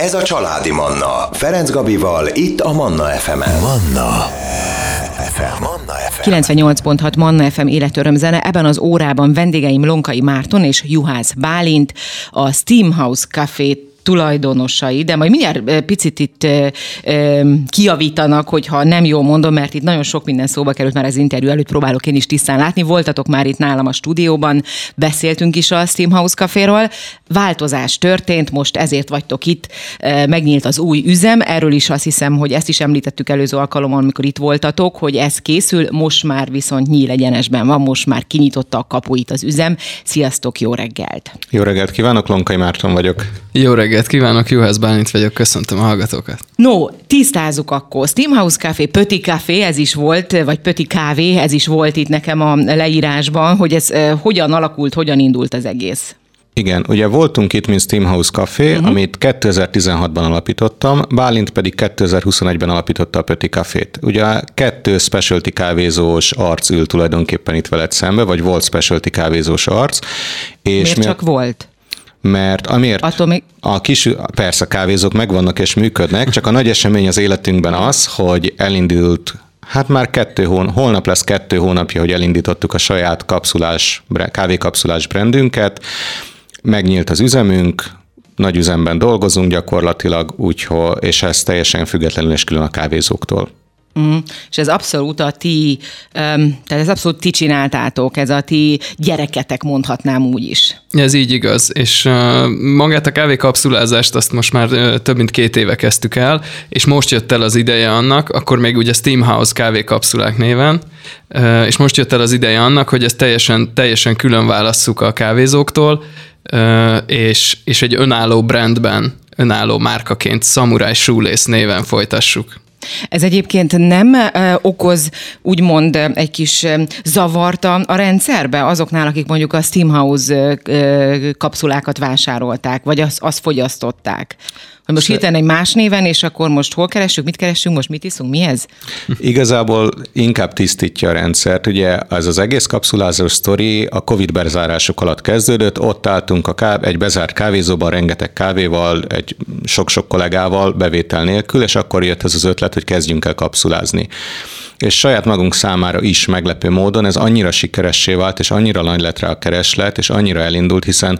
Ez a Családi Manna. Ferenc Gabival, itt a Manna FM-en. Manna FM. 98.6 Manna FM életörömzene. Ebben az órában vendégeim Lonkai Márton és Juhász Bálint, a Steamhouse Café tulajdonosai, de majd mindjárt picit itt kijavítanak, hogyha nem jól mondom, mert itt nagyon sok minden szóba került már az interjú előtt, próbálok én is tisztán látni. Voltatok már itt nálam a stúdióban, beszéltünk is a Steamhouse Caféról. Változás történt, most ezért vagytok itt, megnyílt az új üzem, erről is azt hiszem, hogy ezt is említettük előző alkalommal, amikor itt voltatok, hogy ez készül, most már viszont nyíl egyenesben van, most már kinyitotta a kapuit az üzem. Sziasztok, jó reggelt! Jó reggelt kívánok, Lonkai Márton vagyok. Jó reggelt kívánok, Juhász Bálint vagyok, köszöntöm a hallgatókat. No, tisztázzuk akkor. Steamhouse Café, Petit Café, ez is volt, vagy Petit Kávé, ez is volt itt nekem a leírásban, hogy ez hogyan alakult, hogyan indult az egész. Igen, ugye voltunk itt, mint Steamhouse Café, amit 2016-ban alapítottam, Bálint pedig 2021-ben alapította a Petit Cafét. Ugye 2 specialty kávézós arc ül tulajdonképpen itt veled szembe, vagy volt specialty kávézós arc. És miért csak volt? Mert amiért persze a kávézók megvannak és működnek, csak a nagy esemény az életünkben az, hogy elindult, hát már holnap lesz 2 hónapja, hogy elindítottuk a saját kávékapszulás brandünket, megnyílt az üzemünk, nagy üzemben dolgozunk gyakorlatilag, és ez teljesen függetlenül és külön a kávézóktól. És ez abszolút tehát ez abszolút ti csináltátok, ez a ti gyereketek, mondhatnám úgy is. Ez így igaz, és magát a kávékapszulázást azt most már több mint 2 éve kezdtük el, és most jött el az ideje annak, akkor még ugye Steamhouse kávékapszulák néven, és most jött el az ideje annak, hogy ezt teljesen külön válasszuk a kávézóktól, és egy önálló brandben, önálló márkaként Samurai Shoelace néven folytassuk. Ez egyébként nem okoz úgymond egy kis zavart a rendszerbe azoknál, akik mondjuk a Steamhouse kapszulákat vásárolták, vagy azt fogyasztották? Hogy most hirtelen egy más néven, és akkor most hol keressük, mit keressünk, most mit iszunk, mi ez? Igazából inkább tisztítja a rendszert. Ugye ez az egész kapszulázós sztori a Covid bezárások alatt kezdődött, ott álltunk egy bezárt kávézóban, rengeteg kávéval, egy sok-sok kollégával, bevétel nélkül, és akkor jött ez az ötlet, hogy kezdjünk el kapszulázni. És saját magunk számára is meglepő módon ez annyira sikeressé vált, és annyira nagy lett rá a kereslet, és annyira elindult, hiszen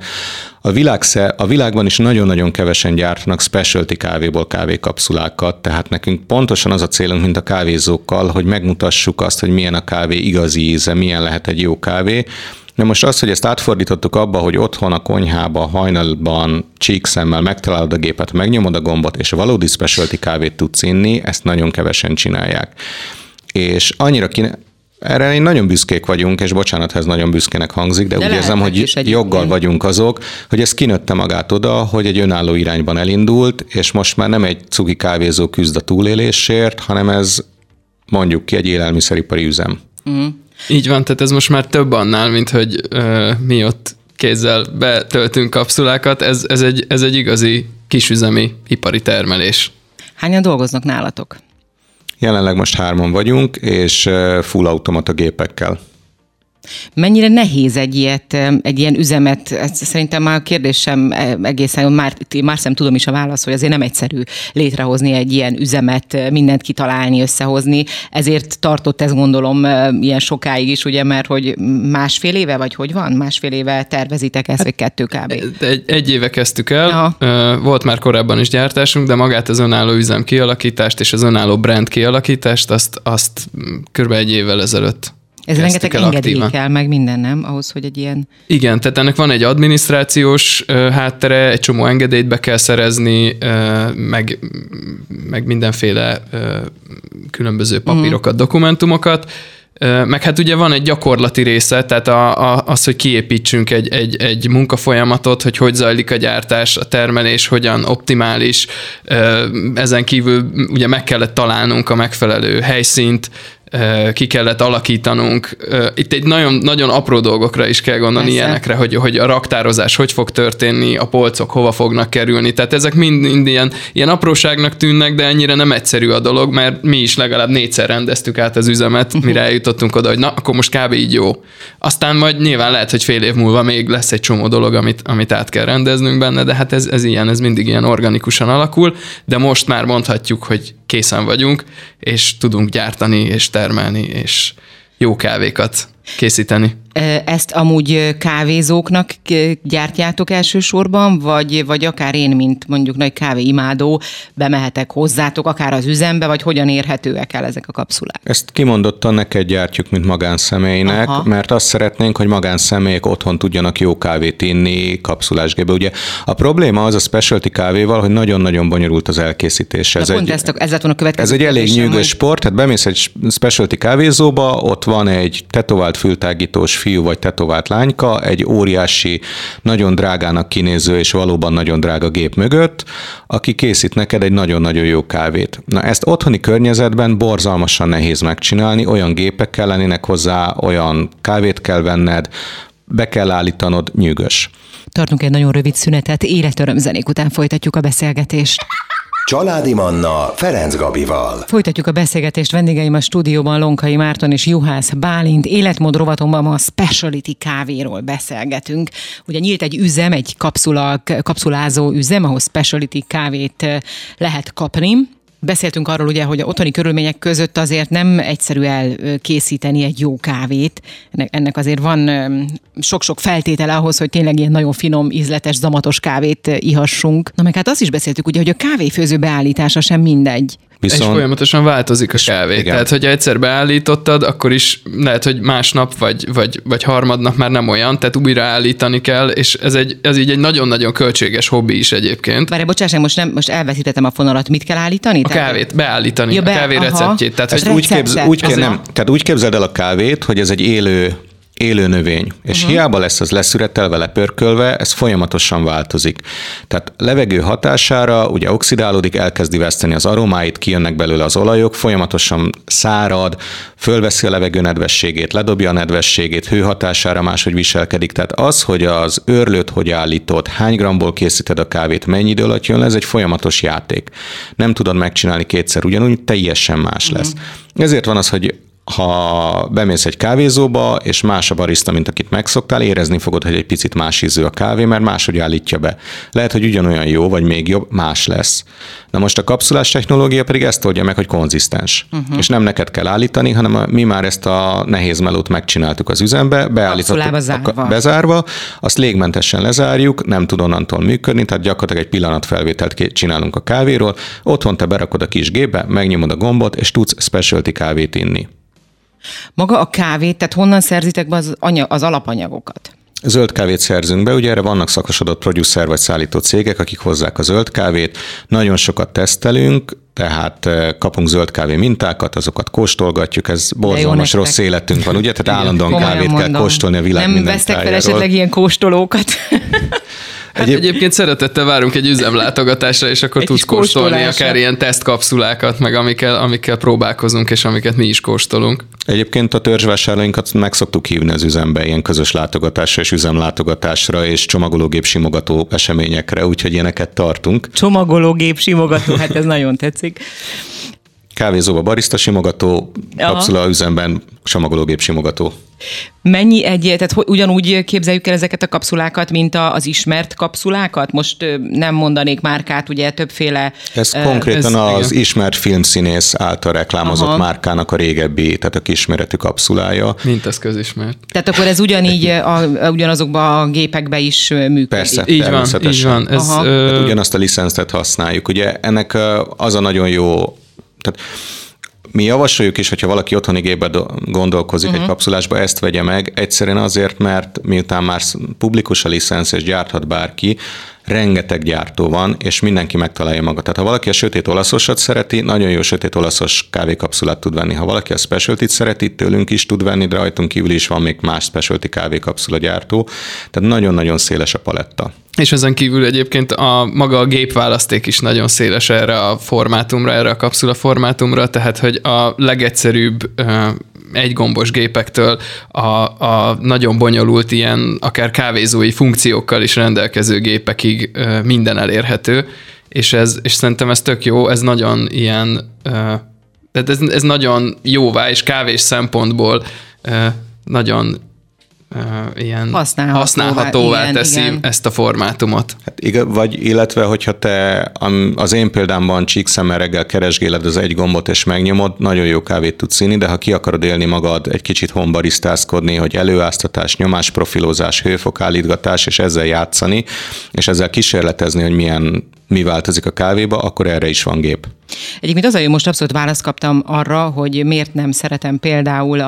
a világban is nagyon-nagyon kevesen gyártanak specialty kávéból kávékapszulákat, tehát nekünk pontosan az a célunk, mint a kávézókkal, hogy megmutassuk azt, hogy milyen a kávé igazi íze, milyen lehet egy jó kávé. De most az, hogy ezt átfordítottuk abba, hogy otthon a konyhába, hajnalban, csíkszemmel megtalálod a gépet, megnyomod a gombot, és valódi specialty kávét tudsz inni, ezt nagyon kevesen csinálják. És annyira erre én nagyon büszkék vagyunk, és bocsánat, ha ez nagyon büszkének hangzik, de úgy érzem, hogy joggal vagyunk azok, hogy ez kinőtte magát oda, hogy egy önálló irányban elindult, és most már nem egy cuki kávézó küzd a túlélésért, hanem ez mondjuk ki egy élelmiszeripari üzem. Így van, tehát ez most már több annál, mint hogy mi ott kézzel betöltünk kapszulákat, ez egy igazi kisüzemi ipari termelés. Hányan dolgoznak nálatok? Jelenleg most 3-an vagyunk, és full automata gépekkel. Mennyire nehéz egy ilyen üzemet, szerintem már a kérdésem egészen, már sem tudom is a válasz, hogy azért nem egyszerű létrehozni egy ilyen üzemet, mindent kitalálni, összehozni, ezért tartott ez gondolom ilyen sokáig is, ugye, mert hogy 1,5 éve, vagy hogy van? 1,5 éve tervezitek ezt, vagy 2 kb? Egy éve kezdtük el, volt már korábban is gyártásunk, de magát az önálló üzem kialakítást és az önálló brand kialakítást, azt kb. 1 évvel ezelőtt. Ez rengeteg engedély kell, meg minden, nem? Ahhoz, hogy egy ilyen... Igen, tehát ennek van egy adminisztrációs háttere, egy csomó engedélyt be kell szerezni, meg mindenféle különböző papírokat, dokumentumokat, meg hát ugye van egy gyakorlati része, tehát az, hogy kiépítsünk egy munkafolyamatot, hogy zajlik a gyártás, a termelés, hogyan optimális, ezen kívül ugye meg kellett találnunk a megfelelő helyszínt, ki kellett alakítanunk. Itt egy nagyon, nagyon apró dolgokra is kell gondolni, Persze. ilyenekre, hogy a raktározás hogy fog történni, a polcok hova fognak kerülni. Tehát ezek mind ilyen apróságnak tűnnek, de ennyire nem egyszerű a dolog, mert mi is legalább 4-szer rendeztük át az üzemet, mire eljutottunk oda, hogy na, akkor most kb. Így jó. Aztán majd nyilván lehet, hogy fél év múlva még lesz egy csomó dolog, amit át kell rendeznünk benne, de hát ez ilyen, ez mindig ilyen organikusan alakul, de most már mondhatjuk, hogy készen vagyunk, és tudunk gyártani, és termelni, és jó kávékat készíteni. Ezt amúgy kávézóknak gyártjátok elsősorban, vagy akár én, mint mondjuk nagy kávéimádó, bemehetek hozzátok, akár az üzembe, vagy hogyan érhetőek el ezek a kapszulák? Ezt kimondottan neked gyártjuk, mint magánszemélynek, mert azt szeretnénk, hogy magánszemélyek otthon tudjanak jó kávét inni kapszulásgépbe. Ugye a probléma az a specialty kávéval, hogy nagyon-nagyon bonyolult az elkészítés. Ez egy elég nyűgös sport, tehát bemész egy specialty kávézóba, ott van egy tetovált fültágítós fiú vagy tetovált lányka, egy óriási, nagyon drágának kinéző és valóban nagyon drága gép mögött, aki készít neked egy nagyon-nagyon jó kávét. Na ezt otthoni környezetben borzalmasan nehéz megcsinálni, olyan gépek kell lennének hozzá, olyan kávét kell venned, be kell állítanod, nyűgös. Tartunk egy nagyon rövid szünetet, életörömzenék után folytatjuk a beszélgetést. Családi Manna Ferenc Gabival. Folytatjuk a beszélgetést, vendégeim a stúdióban Lonkai Márton és Juhász Bálint. Életmód rovatomban ma a specialty kávéról beszélgetünk. Ugye nyílt egy üzem, egy kapszulázó üzem, ahol specialty kávét lehet kapni. Beszéltünk arról ugye, hogy a otthoni körülmények között azért nem egyszerű elkészíteni egy jó kávét. Ennek azért van sok-sok feltétele ahhoz, hogy tényleg ilyen nagyon finom, ízletes, zamatos kávét ihassunk. Na meg hát azt is beszéltük ugye, hogy a kávéfőző beállítása sem mindegy. És folyamatosan változik a kávé. Igen. Tehát, hogyha egyszer beállítottad, akkor is lehet, hogy másnap vagy harmadnap már nem olyan, tehát újra állítani kell, és ez így egy nagyon-nagyon költséges hobbi is egyébként. Várj, bocsáss, most elveszítettem a fonalat. Mit kell állítani? A kávét, beállítani, a kávé receptjét. Tehát, hogy úgy képzeld el a kávét, hogy ez egy élő növény, és hiába lesz az leszüretelve, lepörkölve, ez folyamatosan változik. Tehát levegő hatására ugye oxidálódik, elkezdi veszteni az aromáit, kijönnek belőle az olajok, folyamatosan szárad, fölveszi a levegő nedvességét, ledobja a nedvességét, hő hatására máshogy viselkedik. Tehát az, hogy az őrlőt hogy állítod, hány gramból készíted a kávét, mennyi idő alatt jön le, ez egy folyamatos játék. Nem tudod megcsinálni kétszer ugyanúgy, teljesen más lesz. Ezért van az, hogy ha bemész egy kávézóba, és más a barista, mint akit megszoktál, érezni fogod, hogy egy picit más ízű a kávé, mert máshogy állítja be. Lehet, hogy ugyanolyan jó, vagy még jobb, más lesz. Na most a kapszulás technológia pedig ezt oldja meg, hogy konzisztens. És nem neked kell állítani, hanem mi már ezt a nehéz melót megcsináltuk az üzembe, beállítottuk bezárva, azt légmentesen lezárjuk, nem tud onnantól működni, tehát gyakorlatilag egy pillanatfelvételt csinálunk a kávéról, otthon te berakod a kis gépbe, megnyomod a gombot, és tudsz specialty kávét inni. Maga a kávét, tehát honnan szerzitek be az alapanyagokat? Zöld kávét szerzünk be, ugye erre vannak szakosodott producer vagy szállító cégek, akik hozzák a zöld kávét. Nagyon sokat tesztelünk, tehát kapunk zöld kávé mintákat, azokat kóstolgatjuk, ez borzalmas rossz életünk van, ugye? Tehát állandóan kávét kell kóstolni a világ minden tájáról. Nem vesztek fel esetleg ilyen kóstolókat? Egyébként szeretettel várunk egy üzemlátogatásra, és akkor tudsz kóstolni akár ilyen tesztkapszulákat, meg amikkel próbálkozunk, és amiket mi is kóstolunk. Egyébként a törzsvásárlóinkat meg szoktuk hívni az üzembe, ilyen közös látogatásra és üzemlátogatásra, és csomagológép simogató eseményekre, úgyhogy ilyeneket tartunk. Csomagológép simogató, hát ez nagyon tetszik. Kávézóba barista simogató, kapszula üzemben csomagológép simogató. Mennyi tehát ugyanúgy képzeljük el ezeket a kapszulákat, mint az ismert kapszulákat? Most nem mondanék márkát, ugye többféle... Ez konkrétan az ismert filmszínész által reklámozott márkának a régebbi, tehát a kisméretű kapszulája. Mint az közismert. Tehát akkor ez ugyanígy ugyanazokban a gépekben is működik? Persze, így van. Tehát ugyanazt a licenszet használjuk. Ugye ennek az a nagyon jó... Tehát mi javasoljuk is, hogyha valaki otthoni gépbe gondolkozik egy kapszulásba, ezt vegye meg, egyszerűen azért, mert miután már publikus a licensz és gyárthat bárki, rengeteg gyártó van, és mindenki megtalálja magát. Tehát ha valaki a sötét olaszosat szereti, nagyon jó sötét olaszos kávékapszulát tud venni. Ha valaki a specialty-t szereti, tőlünk is tud venni, de rajtunk kívül is van még más specialty kávékapszula gyártó. Tehát nagyon-nagyon széles a paletta. És ezen kívül egyébként maga a gépválaszték is nagyon széles erre a formátumra, erre a kapszula formátumra, tehát hogy a legegyszerűbb egygombos gépektől a nagyon bonyolult ilyen akár kávézói funkciókkal is rendelkező gépekig minden elérhető, és szerintem ez tök jó, ez nagyon ilyen, tehát ez nagyon jóvá, és kávés szempontból nagyon ilyen használhatóvá teszi ezt a formátumot. Hát illetve, hogyha te az én példámban csíkszemmel reggel keresgéled az egy gombot és megnyomod, nagyon jó kávét tudsz inni, de ha ki akarod élni magad, egy kicsit homebarisztázkodni, hogy előáztatás, nyomásprofilozás, hőfokállítgatás, és ezzel játszani, és ezzel kísérletezni, hogy mi változik a kávéba, akkor erre is van gép. Egyébként az a jó, most abszolút választ kaptam arra, hogy miért nem szeretem például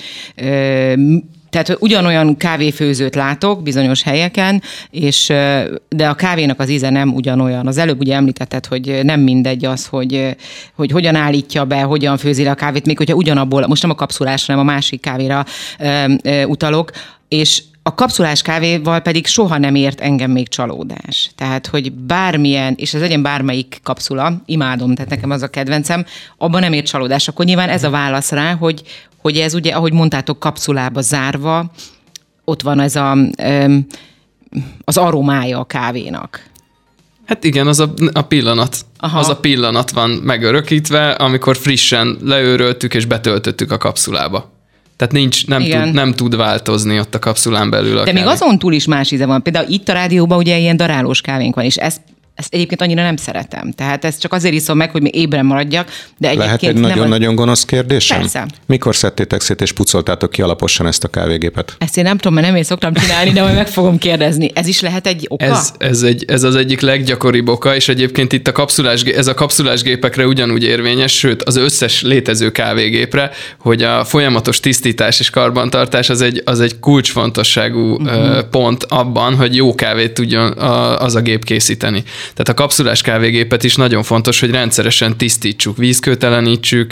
tehát ugyanolyan kávéfőzőt látok bizonyos helyeken, de a kávénak az íze nem ugyanolyan. Az előbb ugye említetted, hogy nem mindegy az, hogy hogyan állítja be, hogyan főzi le a kávét, még hogyha ugyanabból, most nem a kapszulásra, hanem a másik kávéra utalok, és a kapszulás kávéval pedig soha nem ért engem még csalódás. Tehát, hogy bármilyen, és ez legyen bármelyik kapszula, imádom, tehát nekem az a kedvencem, abban nem ért csalódás. Akkor nyilván ez a válasz rá, hogy ez ugye, ahogy mondtátok, kapszulába zárva, ott van ez az aromája a kávénak. Hát igen, az a pillanat. Aha. Az a pillanat van megörökítve, amikor frissen leőröltük és betöltöttük a kapszulába. Tehát nem tud változni ott a kapszulán belül a De kávé. még azon túl is más íze van. Például itt a rádióban ugye ilyen darálós kávénk van, és ezt egyébként annyira nem szeretem. Tehát ezt csak azért iszom meg, hogy még ébren maradjak, de egyébként lehet egy nagyon-nagyon gonosz kérdésem? Persze. Mikor szedtétek szét és pucoltátok ki alaposan ezt a kávégépet? Ezt én nem tudom, mert nem én szoktam csinálni, de majd meg fogom kérdezni. Ez is lehet egy oka? Ez az egyik leggyakoribb oka, és egyébként itt ez a kapszulás gépekre ugyanúgy érvényes, sőt az összes létező kávégépre, hogy a folyamatos tisztítás és karbantartás az egy kulcsfontosságú pont abban, hogy jó kávét tudjon az a gép készíteni. Tehát a kapszulás kávégépet is nagyon fontos, hogy rendszeresen tisztítsuk, vízkőtelenítsük,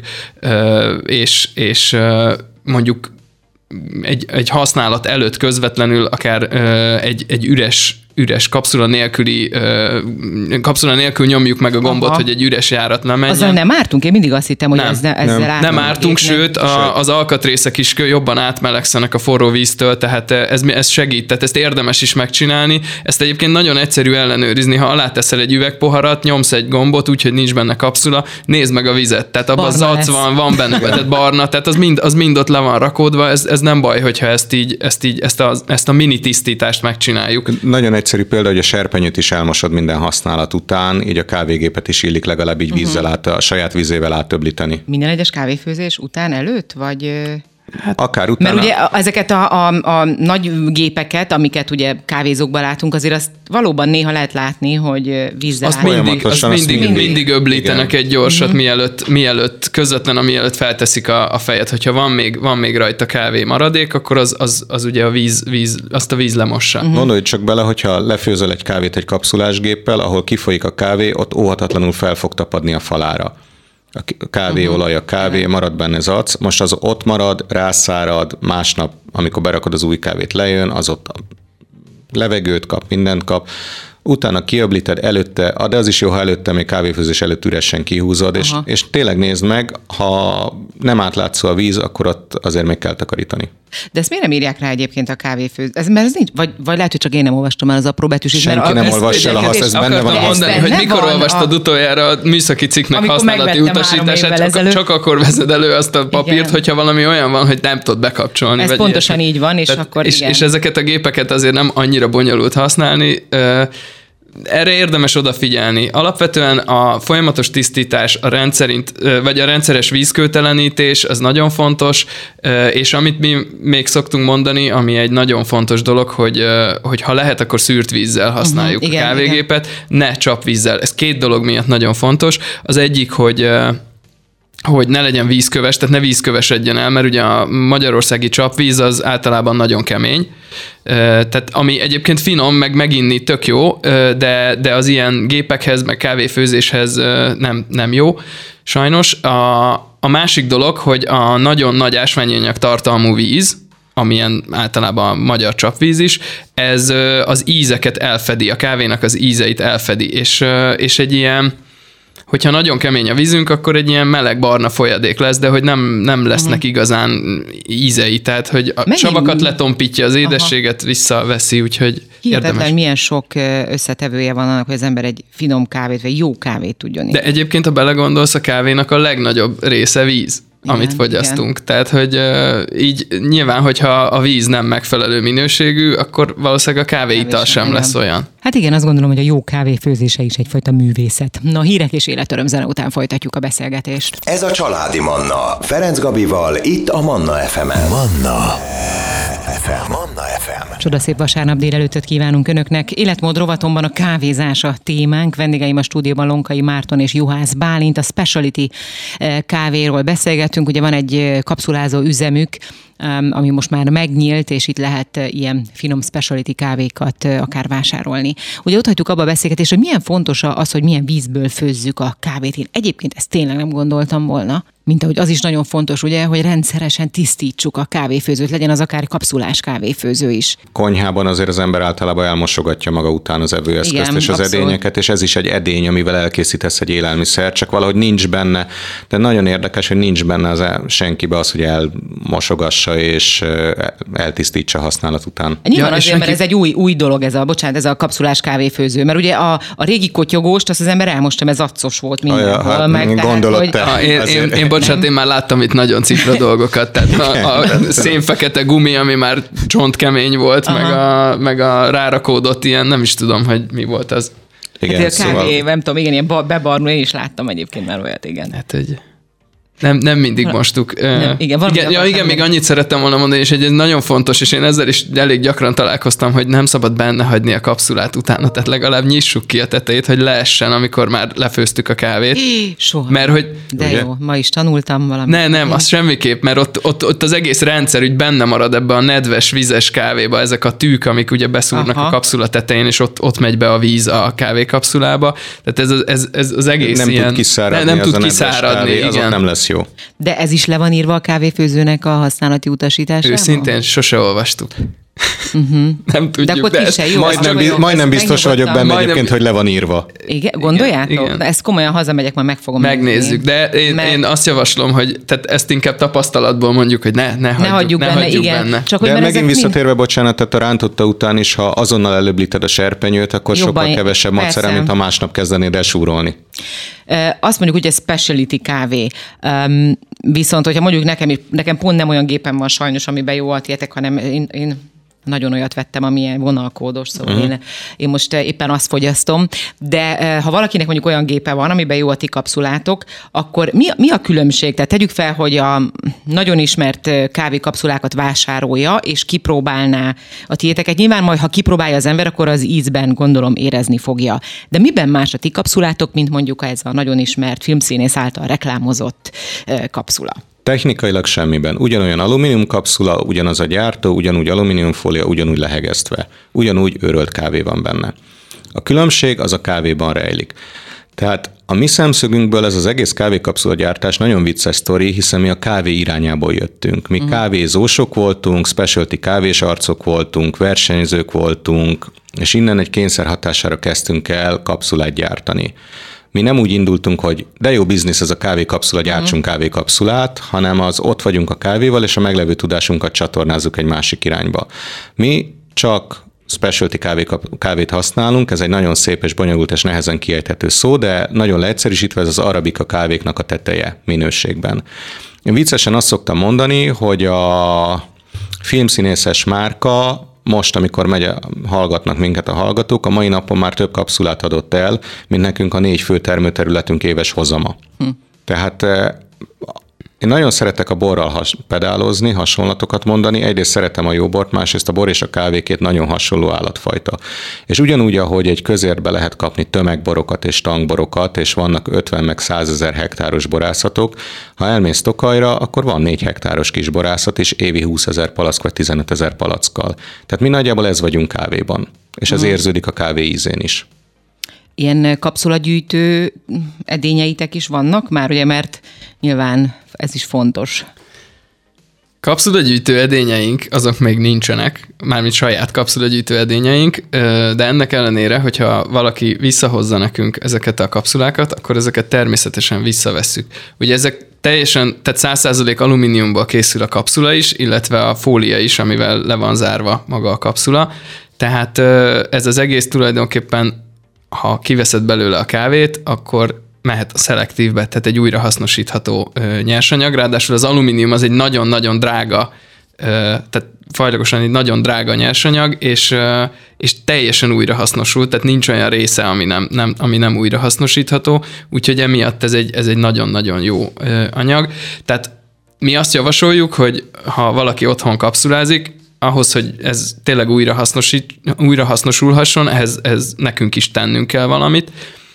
és mondjuk egy használat előtt közvetlenül akár egy üres kapszula nélkül nyomjuk meg a gombot, hogy egy üres járat lemenjen. Azzal nem ártunk? Én mindig azt hittem, hogy nem ártunk, sőt az alkatrészek is jobban átmelegszenek a forró víztől, tehát ez segít, tehát ezt érdemes is megcsinálni. Ezt egyébként nagyon egyszerű ellenőrizni, ha aláteszel egy üvegpoharat, nyomsz egy gombot, úgyhogy nincs benne kapszula, nézd meg a vizet, tehát abban zac van benne vetett barna, tehát az mind ott le van rakódva, ez nem baj, hogyha ezt a mini tisztítást megcsináljuk. Nagyon egyszerű példa, hogy a serpenyőt is elmosod minden használat után, így a kávégépet is illik legalább így vízzel a saját vízével átöblíteni. Minden egyes kávéfőzés után, előtt, vagy... Hát, akár utána. Mert ugye ezeket a nagy gépeket, amiket ugye kávézókban látunk, azért azt valóban néha lehet látni, hogy vízzel mindig öblítenek egy gyorsat, mielőtt mielőtt felteszik a fejet. Hogyha van még rajta kávé maradék, akkor az ugye a víz lemossa. Gondolj csak bele, hogyha lefőzöl egy kávét egy kapszulásgéppel, ahol kifolyik a kávé, ott óhatatlanul fel fog tapadni a falára. A kávéolaj, a kávé, marad benne zac, most az ott marad, rászárad, másnap, amikor berakod az új kávét, lejön, az ott levegőt kap, mindent kap, utána kiöblíted előtte, de az is jó, ha előtte, még kávéfőzés előtt üresen kihúzod, és tényleg nézd meg, ha nem átlátszó a víz, akkor ott azért még kell takarítani. De ezt miért nem írják rá egyébként a kávéfőzés? Mert ez nincs, vagy lehet, hogy csak én nem olvastam el az apró betűs. Senki nem olvassa el, ha ez benne van. Mondani, hogy mikor olvastad utoljára a műszaki cikknek használati utasítását, csak akkor veszed elő azt a papírt, hogyha valami olyan van, hogy nem tudod bekapcsolni. Ez pontosan így van, és akkor igen. És ezeket a gépeket azért nem annyira bonyolult használni. Erre érdemes odafigyelni. Alapvetően a folyamatos tisztítás, a rendszeres vízkőtelenítés, az nagyon fontos, és amit mi még szoktunk mondani, ami egy nagyon fontos dolog, hogy ha lehet, akkor szűrt vízzel használjuk a kávégépet, ne csapvízzel. Ez két dolog miatt nagyon fontos. Az egyik, hogy hogy ne legyen vízköves, tehát ne vízkövesedjen el, mert ugye a magyarországi csapvíz az általában nagyon kemény, tehát ami egyébként finom, meg meginni tök jó, de az ilyen gépekhez, meg kávéfőzéshez nem jó, sajnos. A másik dolog, hogy a nagyon nagy ásványanyag tartalmú víz, amilyen általában a magyar csapvíz is, ez az ízeket elfedi, a kávénak az ízeit elfedi, és egy ilyen, hogyha nagyon kemény a vízünk, akkor egy ilyen meleg barna folyadék lesz, de hogy nem lesznek igazán ízei, tehát hogy a savakat letompítja, az édességet visszaveszi, úgyhogy hihetetlen, hogy milyen sok összetevője van annak, hogy az ember egy finom kávét, vagy jó kávét tudjon inni. De egyébként, ha belegondolsz, a kávénak a legnagyobb része víz, amit fogyasztunk. Igen. Tehát, hogy így nyilván, hogyha a víz nem megfelelő minőségű, akkor valószínűleg a kávéital sem lesz olyan. Hát igen, azt gondolom, hogy a jó kávéfőzése is egyfajta művészet. Na, hírek és életöröm zene után folytatjuk a beszélgetést. Ez a Családi Manna. Ferenc Gabival, itt a Manna FM-en. Manna FM. Manna FM. Csodaszép vasárnap délelőttöt kívánunk Önöknek. Életmód rovatomban a kávézás a témánk. Vendégeim a stúdióban Lonkai Márton és Juhász Bálint. A specialty kávéról beszélgettünk. Ugye van egy kapszulázó üzemük, ami most már megnyílt, és itt lehet ilyen finom specialty kávékat akár vásárolni. Ugye ott hagytuk abba a beszélgetést, hogy milyen fontos az, hogy milyen vízből főzzük a kávét. Én egyébként ezt tényleg nem gondoltam volna, mint ahogy az is nagyon fontos, ugye, hogy rendszeresen tisztítsuk a kávéfőzőt, legyen az akár kapszulás kávéfőző is. Konyhában azért az ember általában elmosogatja maga után az evőeszközt és az edényeket, és ez is egy edény, amivel elkészítesz egy élelmiszer, csak valahogy nincs benne, de nagyon érdekes, hogy nincs benne senkibe az, hogy elmosogassa és eltisztítsa használat után. Nyilván azért, mert ez egy új dolog, ez a kapszulás kávéfőző, mert ugye a régi kotyogóst, azt az ember elmosta, mert zaccos volt mindenhol. Gondolod te. Bocsánat, én már láttam itt nagyon cifra dolgokat, tehát a szénfekete gumi, ami már csontkemény volt, meg a rárakódott ilyen, nem is tudom, hogy mi volt az. Igen, hát kávé, nem tudom, igen, ilyen bebarnul, én is láttam egyébként már olyat, igen. Hát, hogy nem mindig mostuk. Igen, még annyit szerettem volna mondani, és ez nagyon fontos, és én ezzel is elég gyakran találkoztam, hogy nem szabad benne hagyni a kapszulát utána, tehát legalább nyissuk ki a tetejét, hogy leessen, amikor már lefőztük a kávét. Soha. Mert hogy, de ugye? Jó, ma is tanultam valamit. Nem, az semmiképp, mert ott az egész rendszer úgy benne marad ebbe a nedves, vizes kávéba, ezek a tűk, amik ugye beszúrnak a kapszula tetején, és ott megy be a víz a kávékapszulába. Tehát ez az egész nem ilyen... tud kiszáradni, nem tud kiszáradni, igen. Nem lesz jó. De ez is le van írva a kávéfőzőnek a használati utasításában? Őszintén sose olvastuk. Nem tudjuk, de is jó. Majdnem biztos vagyok benne egyébként, hogy le van írva. Igen, gondoljátok? Igen. Ezt komolyan hazamegyek, majd meg fogom megnézzük, de én azt javaslom, hogy tehát ezt inkább tapasztalatból mondjuk, hogy ne hagyjuk benne. Csak, de megint visszatérve, bocsánat, tehát a rántotta után is, ha azonnal előblíted a serpenyőt, akkor sokkal kevesebb macera, mint ha másnap kezdenéd el súrolni. Azt mondjuk, hogy ez specialty kávé. Viszont, hogyha mondjuk nekem pont nem olyan gépem van sajnos, amiben jó a tietek, hanem én nagyon olyat vettem, ami ilyen vonalkódos, szóval én most éppen azt fogyasztom, de ha valakinek mondjuk olyan gépe van, amiben jó a ti kapszulátok, akkor mi a különbség? Tehát tegyük fel, hogy a nagyon ismert kávékapszulákat vásárolja, és kipróbálná a tiéteket. Nyilván majd, ha kipróbálja az ember, akkor az ízben gondolom érezni fogja. De miben más a ti kapszulátok, mint mondjuk ez a nagyon ismert filmszínész által reklámozott kapszula? Technikailag semmiben. Ugyanolyan alumínium kapszula, ugyanaz a gyártó, ugyanúgy alumíniumfólia, ugyanúgy lehegesztve. Ugyanúgy őrölt kávé van benne. A különbség az a kávéban rejlik. Tehát a mi szemszögünkből ez az egész kávékapszula gyártás nagyon vicces sztori, hiszen mi a kávé irányából jöttünk. Mi kávézósok voltunk, specialty kávés arcok voltunk, versenyzők voltunk, és innen egy kényszer hatására kezdtünk el kapszulát gyártani. Mi nem úgy indultunk, hogy de jó biznisz ez a kávékapszula, gyártsunk kávékapszulát, hanem az ott vagyunk a kávéval, és a meglevő tudásunkat csatornázzuk egy másik irányba. Mi csak specialty kávét használunk, ez egy nagyon szép és bonyolult és nehezen kiejthető szó, de nagyon leegyszerűsítve ez az arabika kávéknak a teteje minőségben. Én viccesen azt szoktam mondani, hogy a filmszínészes márka most, amikor hallgatnak minket a hallgatók, a mai napon már több kapszulát adott el, mint nekünk a 4 fő termőterületünk éves hozama. Tehát Én nagyon szeretek a borral pedálozni, hasonlatokat mondani. Egyrészt szeretem a jó bort, másrészt a bor és a kávé két nagyon hasonló állatfajta. És ugyanúgy, ahogy egy közértbe lehet kapni tömegborokat és tangborokat, és vannak 50 meg 100 000 hektáros borászatok, ha elmész Tokajra, akkor van 4 hektáros kis borászat, és évi 20 000 palack vagy 15 000 palackkal. Tehát mi nagyjából ez vagyunk kávéban, és ez érződik a kávé ízén is. Ilyen kapszulagyűjtő edényeitek is vannak már, ugye, mert nyilván ez is fontos. Kapszulagyűjtő edényeink, azok még nincsenek, mármint saját kapszulagyűjtő edényeink, de ennek ellenére, hogyha valaki visszahozza nekünk ezeket a kapszulákat, akkor ezeket természetesen visszavesszük. Ugye ezek teljesen, tehát 100% alumíniumból készül a kapszula is, illetve a fólia is, amivel le van zárva maga a kapszula. Tehát ez az egész tulajdonképpen, ha kiveszed belőle a kávét, akkor mehet a szelektívbe, tehát egy újrahasznosítható nyersanyag. Ráadásul az alumínium az egy nagyon-nagyon drága, tehát fajlagosan egy nagyon drága nyersanyag, és teljesen újrahasznosul, tehát nincs olyan része, ami nem újrahasznosítható, úgyhogy emiatt ez egy nagyon-nagyon jó anyag. Tehát mi azt javasoljuk, hogy ha valaki otthon kapszulázik, ahhoz, hogy ez tényleg újrahasznosulhasson, ehhez nekünk is tennünk kell valamit.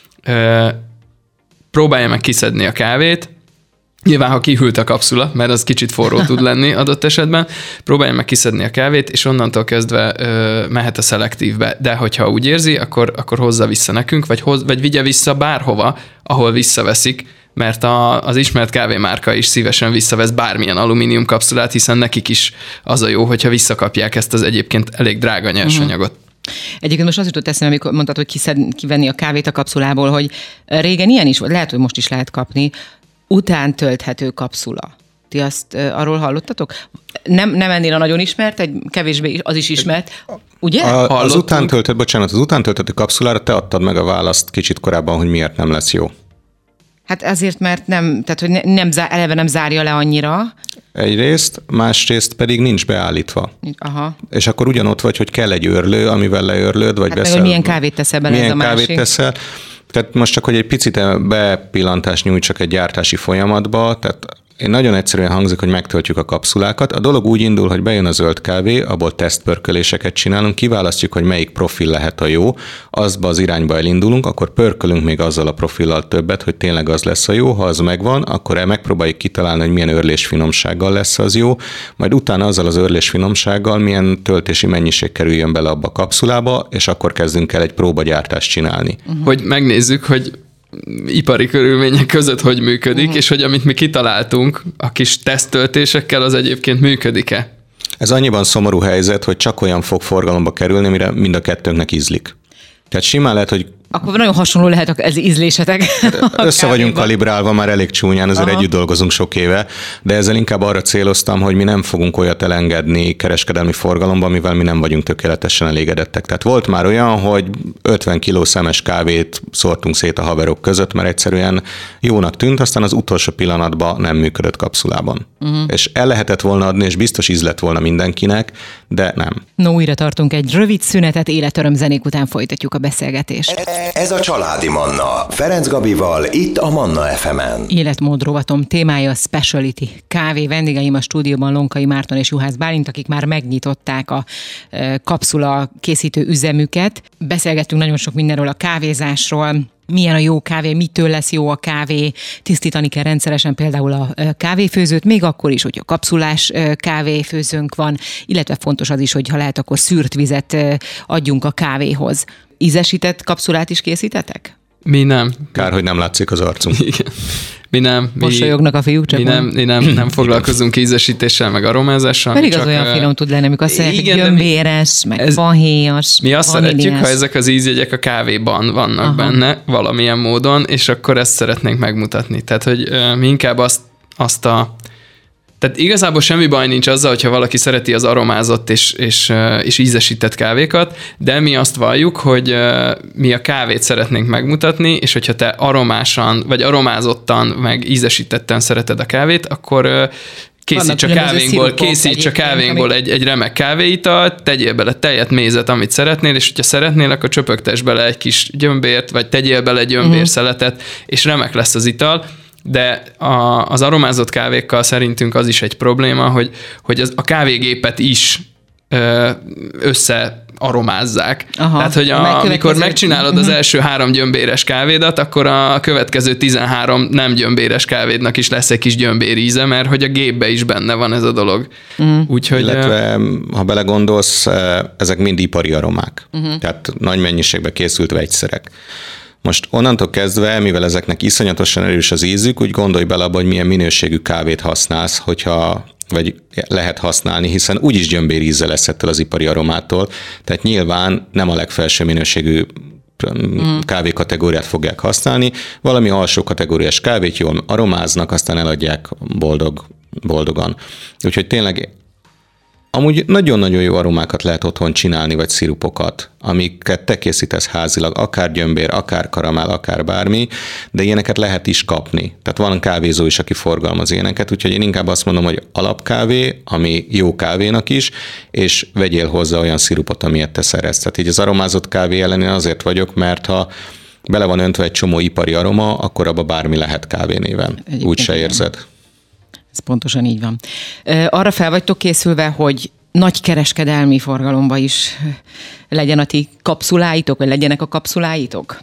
Próbálja meg kiszedni a kávét, nyilván, ha kihűlt a kapszula, mert az kicsit forró tud lenni adott esetben, próbálja meg kiszedni a kávét, és onnantól kezdve mehet a szelektívbe. De hogyha úgy érzi, akkor hozza vissza nekünk, vagy vigye vissza bárhova, ahol visszaveszik, mert az ismert kávémárka is szívesen visszavesz bármilyen alumínium kapszulát, hiszen nekik is az a jó, hogyha visszakapják ezt az egyébként elég drága nyersanyagot. Egyébként most az jutott eszembe, amikor mondtad, hogy kivenni a kávét a kapszulából, hogy régen ilyen is volt, lehet, hogy most is lehet kapni, utántölthető kapszula. Ti azt arról hallottatok? Nem ennél a nagyon ismert, egy kevésbé az is ismert, ugye? Az utántölthető kapszulára te adtad meg a választ kicsit korábban, hogy miért nem lesz jó. Hát azért, mert hogy eleve nem zárja le annyira. Egyrészt, másrészt pedig nincs beállítva. Aha. És akkor ugyanott vagy, hogy kell egy örlő, amivel leörlöd, vagy veszel. Meg, milyen kávét teszel bele, ez a másik. Milyen kávét teszel. Tehát most csak, hogy egy picit bepillantást nyújtsak egy gyártási folyamatba, tehát én nagyon egyszerűen hangzik, hogy megtöltjük a kapszulákat. A dolog úgy indul, hogy bejön a zöld kávé, abból tesztpörköléseket csinálunk, kiválasztjuk, hogy melyik profil lehet a jó, azba az irányba elindulunk, akkor pörkölünk még azzal a profillal többet, hogy tényleg az lesz a jó. Ha az megvan, akkor megpróbáljuk kitalálni, hogy milyen örlésfinomsággal lesz az jó, majd utána azzal az örlésfinomsággal milyen töltési mennyiség kerüljön bele abba a kapszulába, és akkor kezdünk el egy próbagyártást csinálni. Hogy megnézzük, hogy ipari körülmények között hogy működik, és hogy amit mi kitaláltunk a kis teszttöltésekkel, az egyébként működik-e? Ez annyiban szomorú helyzet, hogy csak olyan fog forgalomba kerülni, mire mind a kettőnknek ízlik. Tehát simán lehet, hogy akkor nagyon hasonló lehet az ízlésetek. Össze vagyunk kalibrálva már elég csúnyán, azért együtt dolgozunk sok éve, de ezzel inkább arra céloztam, hogy mi nem fogunk olyat elengedni kereskedelmi forgalomba, mivel mi nem vagyunk tökéletesen elégedettek. Tehát volt már olyan, hogy 50 kiló szemes kávét szórtunk szét a haverok között, mert egyszerűen jónak tűnt, aztán az utolsó pillanatban nem működött kapszulában. És el lehetett volna adni, és biztos íz lett volna mindenkinek, de nem. No, újra tartunk egy rövid szünetet, életöröm zenék után folytatjuk a beszélgetést. Ez a Családi Manna. Ferenc Gabival, itt a Manna FM-en. Életmód rovatom témája a Specialty kávé. Vendégeim a stúdióban Lonkai Márton és Juhász Bálint, akik már megnyitották a kapszula készítő üzemüket. Beszélgettünk nagyon sok mindenről, a kávézásról, milyen a jó kávé, mitől lesz jó a kávé, tisztítani kell rendszeresen például a kávéfőzőt, még akkor is, hogy a kapszulás kávéfőzőnk van, illetve fontos az is, hogy ha lehet, akkor szűrt vizet adjunk a kávéhoz. Ízesített kapszulát is készítetek? Mi nem. Kár, hogy nem látszik az arcunk. Igen. Mi nem. Mosolyognak a fiúk, csak mi nem foglalkozunk ízesítéssel, meg aromázással. Pedig az olyan finom tud lenni, amikor azt mondják, hogy gyömbéres, meg fahéjas. Mi azt szeretjük, ha ezek az ízjegyek a kávéban vannak benne valamilyen módon, és akkor ezt szeretnénk megmutatni. Tehát, hogy mi inkább tehát igazából semmi baj nincs azzal, hogyha valaki szereti az aromázott és ízesített kávékat, de mi azt valljuk, hogy mi a kávét szeretnénk megmutatni, és hogyha te aromásan, vagy aromázottan, meg ízesítetten szereted a kávét, akkor készíts a kávénkból egy remek kávéitalt, tegyél bele tejet, mézet, amit szeretnél, és hogyha szeretnél, akkor csöpögtess bele egy kis gyömbért, vagy tegyél bele gyömbérszeletet, és remek lesz az ital. de az aromázott kávékkal szerintünk az is egy probléma, hogy a kávégépet is összearomázzák. Tehát, hogy amikor megcsinálod az első 3 gyömbéres kávédat, akkor a következő 13 nem gyömbéres kávédnak is lesz egy kis gyömbéríze, mert hogy a gépbe is benne van ez a dolog. Úgyhogy, illetve, ha belegondolsz, ezek mind ipari aromák. Tehát nagy mennyiségben készült vegyszerek. Most onnantól kezdve, mivel ezeknek iszonyatosan erős az ízük, úgy gondolj bele abba, hogy milyen minőségű kávét használsz, vagy lehet használni, hiszen úgyis gyömbéríze lesz ettől az ipari aromától, tehát nyilván nem a legfelső minőségű kávékategóriát fogják használni, valami alsó kategóriás kávét jól aromáznak, aztán eladják boldogan. Úgyhogy tényleg amúgy nagyon-nagyon jó aromákat lehet otthon csinálni, vagy szirupokat, amiket te készítesz házilag, akár gyömbér, akár karamell, akár bármi, de ilyeneket lehet is kapni. Tehát van kávézó is, aki forgalmaz ilyeneket, úgyhogy én inkább azt mondom, hogy alapkávé, ami jó kávénak is, és vegyél hozzá olyan szirupot, amilyet te szeretsz. Tehát így az aromázott kávé ellen én azért vagyok, mert ha bele van öntve egy csomó ipari aroma, akkor abba bármi lehet kávénéven. Úgy se érzed. Ez pontosan így van. Arra fel vagytok készülve, hogy nagy kereskedelmi forgalomban is legyen a ti kapszuláitok, vagy legyenek a kapszuláitok?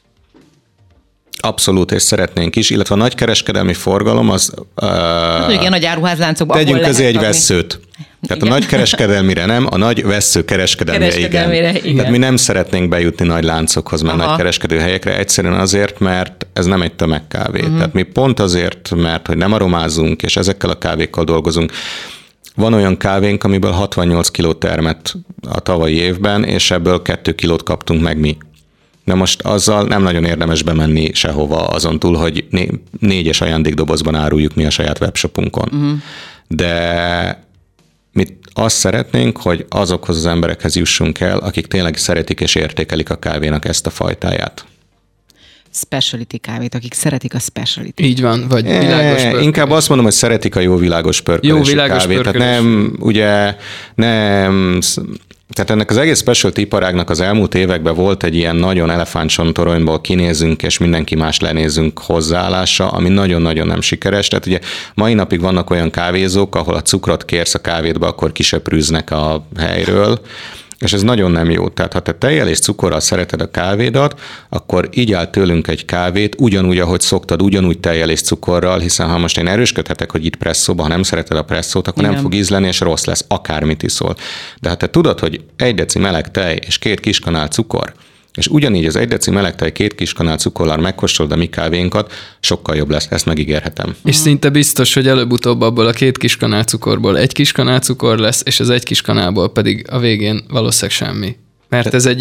Abszolút, és szeretnénk is, illetve a nagy kereskedelmi forgalom az... igen, nagy áruházláncokban. Tegyünk közé egy vesszőt. Tehát igen. A nagy kereskedelmire nem, a nagy vessző kereskedelmire igen. Tehát mi nem szeretnénk bejutni nagy láncokhoz, mert nagy kereskedőhelyekre, egyszerűen azért, mert ez nem egy tömegkávé. Tehát mi pont azért, mert hogy nem aromázunk, és ezekkel a kávékkal dolgozunk. Van olyan kávénk, amiből 68 kilót termett a tavalyi évben, és ebből 2 kilót kaptunk meg mi. De most azzal nem nagyon érdemes bemenni sehova, azon túl, hogy 4-es ajándékdobozban áruljuk mi a saját webshopunkon. De mi azt szeretnénk, hogy azokhoz az emberekhez jussunk el, akik tényleg szeretik és értékelik a kávénak ezt a fajtáját. Specialty kávét, akik szeretik a specialty. Így van, vagy világos pörkölés. Inkább azt mondom, hogy szeretik a jó világos pörkölésű kávét. Tehát tehát ennek az egész specialty iparágnak az elmúlt években volt egy ilyen nagyon elefántcsontoronyból kinézünk, és mindenki más lenézünk hozzáállása, ami nagyon-nagyon nem sikeres. Tehát ugye mai napig vannak olyan kávézók, ahol a cukrot kérsz a kávédba, akkor kisöprűznek a helyről, és ez nagyon nem jó. Tehát ha te tejjel és cukorral szereted a kávédat, akkor igyál tőlünk egy kávét, ugyanúgy, ahogy szoktad, ugyanúgy tejjel és cukorral, hiszen ha most én erősködhetek, hogy itt presszóba, ha nem szereted a presszót, akkor nem fog ízleni, és rossz lesz, akármit iszol. De ha te tudod, hogy 1 deci meleg tej és 2 kiskanál cukor, és ugyanígy az 1 deci meleg tej 2 kiskanál cukorral megkóstolod a mi kávénkat, sokkal jobb lesz, ezt megígérhetem. És szinte biztos, hogy előbb-utóbb abból a 2 kiskanál cukorból 1 kiskanál cukor lesz, és az 1 kiskanálból pedig a végén valószínűleg semmi. Mert ez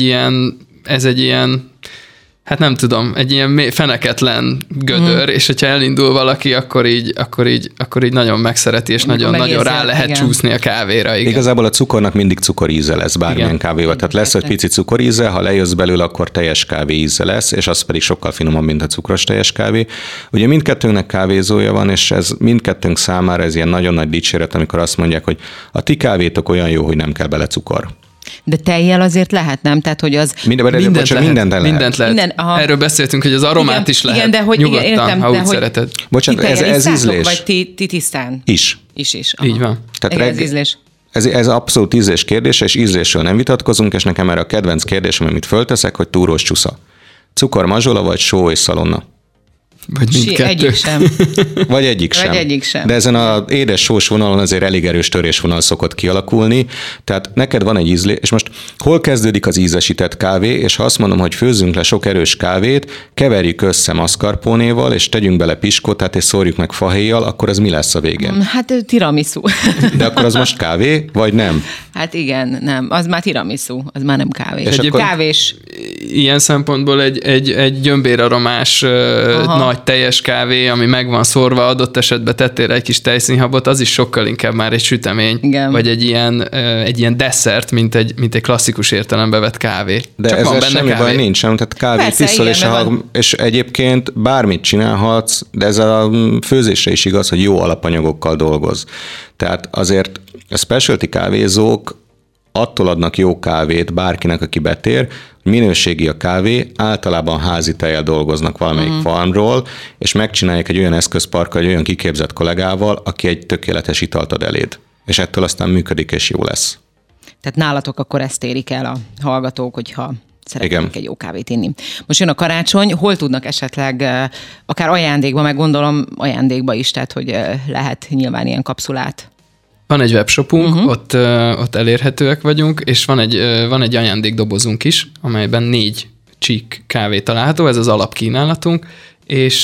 egy ilyen, hát nem tudom, egy ilyen feneketlen gödör, és hogyha elindul valaki, akkor így nagyon megszereti, és nagyon rá lehet csúszni a kávéra. Igen. Igazából a cukornak mindig cukoríze lesz bármilyen kávéval. Tehát lesz egy pici cukoríze, ha lejössz belőle, akkor teljes kávé íze lesz, és az pedig sokkal finomabb, mint a cukros teljes kávé. Ugye mindkettőnknek kávézója van, és ez mindkettőnk számára ez ilyen nagyon nagy dicséret, amikor azt mondják, hogy a ti kávétok olyan jó, hogy nem kell bele cukor. De tejjel azért lehet, nem? Tehát, hogy az... Mindent lehet. Erről beszéltünk, hogy az aromát is lehet. Igen, de hogy nyugodtan, értem, ha úgy szereted. Bocsánat, ez ízlés. Vagy ti tisztán? Is. Aha. Így van. Tehát ez ízlés. Ez abszolút ízlés kérdése, és ízlésről nem vitatkozunk, és nekem erre a kedvenc kérdésem, amit fölteszek, hogy túrós csusza. Cukor, mazsola, vagy só és szalonna? Vagy mindkettő. Egyik sem. Vagy egyik sem. De ezen az édes sós vonalon azért elég erős törésvonal szokott kialakulni, tehát neked van egy ízlés, és most hol kezdődik az ízesített kávé, és ha azt mondom, hogy főzzünk le sok erős kávét, keverjük össze mascarponéval, és tegyünk bele piskótát, és szórjuk meg fahéjjal, akkor az mi lesz a végén? Hát tiramisu. De akkor az most kávé, vagy nem? Hát igen, nem. Az már tiramisu, az már nem kávé. És akkor... Kávés. Ilyen szempontból egy gyömbéraromás nagy teljes kávé, ami meg van szórva, adott esetben tettél egy kis tejszínhabot, az is sokkal inkább már egy sütemény, igen. Vagy egy ilyen desszert, mint egy klasszikus értelembe vett kávé. De ez semmi baj nincs, tehát kávét iszol, és egyébként bármit csinálhatsz, de ez a főzésre is igaz, hogy jó alapanyagokkal dolgoz. Tehát azért a specialty kávézók attól adnak jó kávét bárkinek, aki betér, minőségi a kávé, általában házi tejjel dolgoznak valamelyik farmról, és megcsinálják egy olyan eszközparkkal, egy olyan kiképzett kollégával, aki egy tökéletes italt ad eléd. És ettől aztán működik, és jó lesz. Tehát nálatok akkor ezt érik el a hallgatók, hogyha szeretnék egy jó kávét inni. Most jön a karácsony, hol tudnak esetleg akár ajándékba, meg gondolom ajándékba is, tehát hogy lehet nyilván ilyen kapszulát. Van egy webshopunk, ott elérhetőek vagyunk, és van egy ajándékdobozunk is, amelyben 4 csík kávé található, ez az alapkínálatunk, és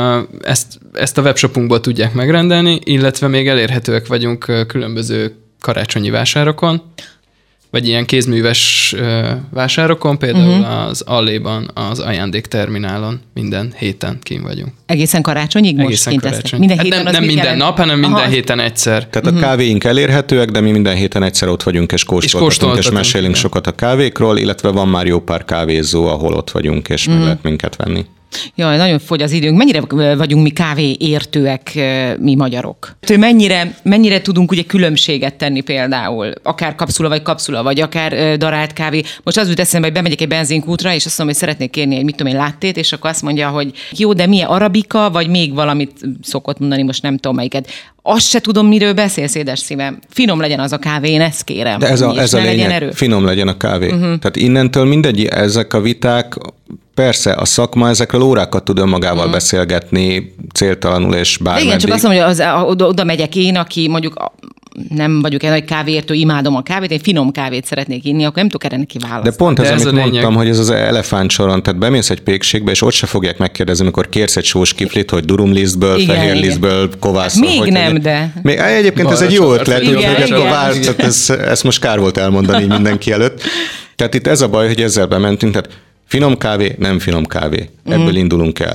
ezt a webshopunkból tudják megrendelni, illetve még elérhetőek vagyunk különböző karácsonyi vásárokon, vagy ilyen kézműves vásárokon, például az Alléban, az ajándékterminálon minden héten kín vagyunk. Egészen karácsonyig most? Egészen karácsonyig. Minden héten nem minden nap, hanem minden héten egyszer. Tehát a kávéink elérhetőek, de mi minden héten egyszer ott vagyunk, és kóstoltatunk, és mesélünk sokat a kávékról, illetve van már jó pár kávézó, ahol ott vagyunk, és meg lehet minket venni. Jaj, nagyon fogy az időnk. Mennyire vagyunk mi kávéértőek, mi magyarok? Mennyire tudunk ugye különbséget tenni például? Akár kapszula, vagy akár darált kávé. Most az jut eszembe, hogy bemegyek egy benzinkútra, és azt mondom, hogy szeretnék kérni egy, mit tudom én, lattét, és akkor azt mondja, hogy jó, de milyen arabika, vagy még valamit szokott mondani, most nem tudom melyiket. Azt se tudom, miről beszélsz, édes szívem. Finom legyen az a kávé, én ezt kérem. De ez a lényeg, finom legyen a kávé. Tehát innentől ezek a viták, persze a szakma ezekről órákat tud önmagával beszélgetni, céltalanul és bármeddig. Igen, csak azt mondom, hogy oda megyek én, aki mondjuk nem vagyok egy nagy kávéértő, imádom a kávét, én finom kávét szeretnék inni, akkor nem tudok erre neki választani. De pont ez, amit mondtam, hogy ez az elefántsoron, tehát bemész egy pékségbe, és ott se fogják megkérdezni, amikor kérsz egy sós kiflit, hogy durumlisztből, fehérlisztből, kovászol. Még nem, de... Egyébként ez egy jó ötlet, hogy akkor ezt most kár volt elmondani mindenki előtt. Tehát itt ez a baj, hogy ezzel bementünk, tehát finom kávé, nem finom kávé. Ebből indulunk el.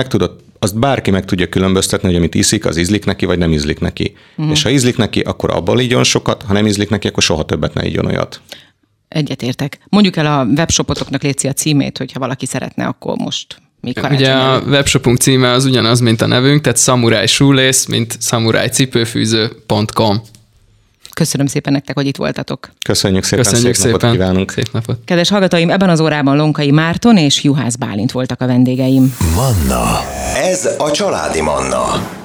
Azt bárki meg tudja különböztetni, hogy amit iszik, az ízlik neki, vagy nem ízlik neki. És ha ízlik neki, akkor abból igyon sokat, ha nem ízlik neki, akkor soha többet ne igyon olyat. Egyetértek. Mondjuk el a webshopotoknak, létszi a címét, hogyha valaki szeretne, akkor most még karácsony. Ugye a webshopunk címe az ugyanaz, mint a nevünk, tehát Samurai Shoelace, mint samuraicipőfűző.com. Köszönöm szépen nektek, hogy itt voltatok. Köszönjük szépen. Napot kívánunk. Szép napot. Kedves hallgatóim, ebben az órában Lonkai Márton és Juhász Bálint voltak a vendégeim. Manna. Ez a családi Manna.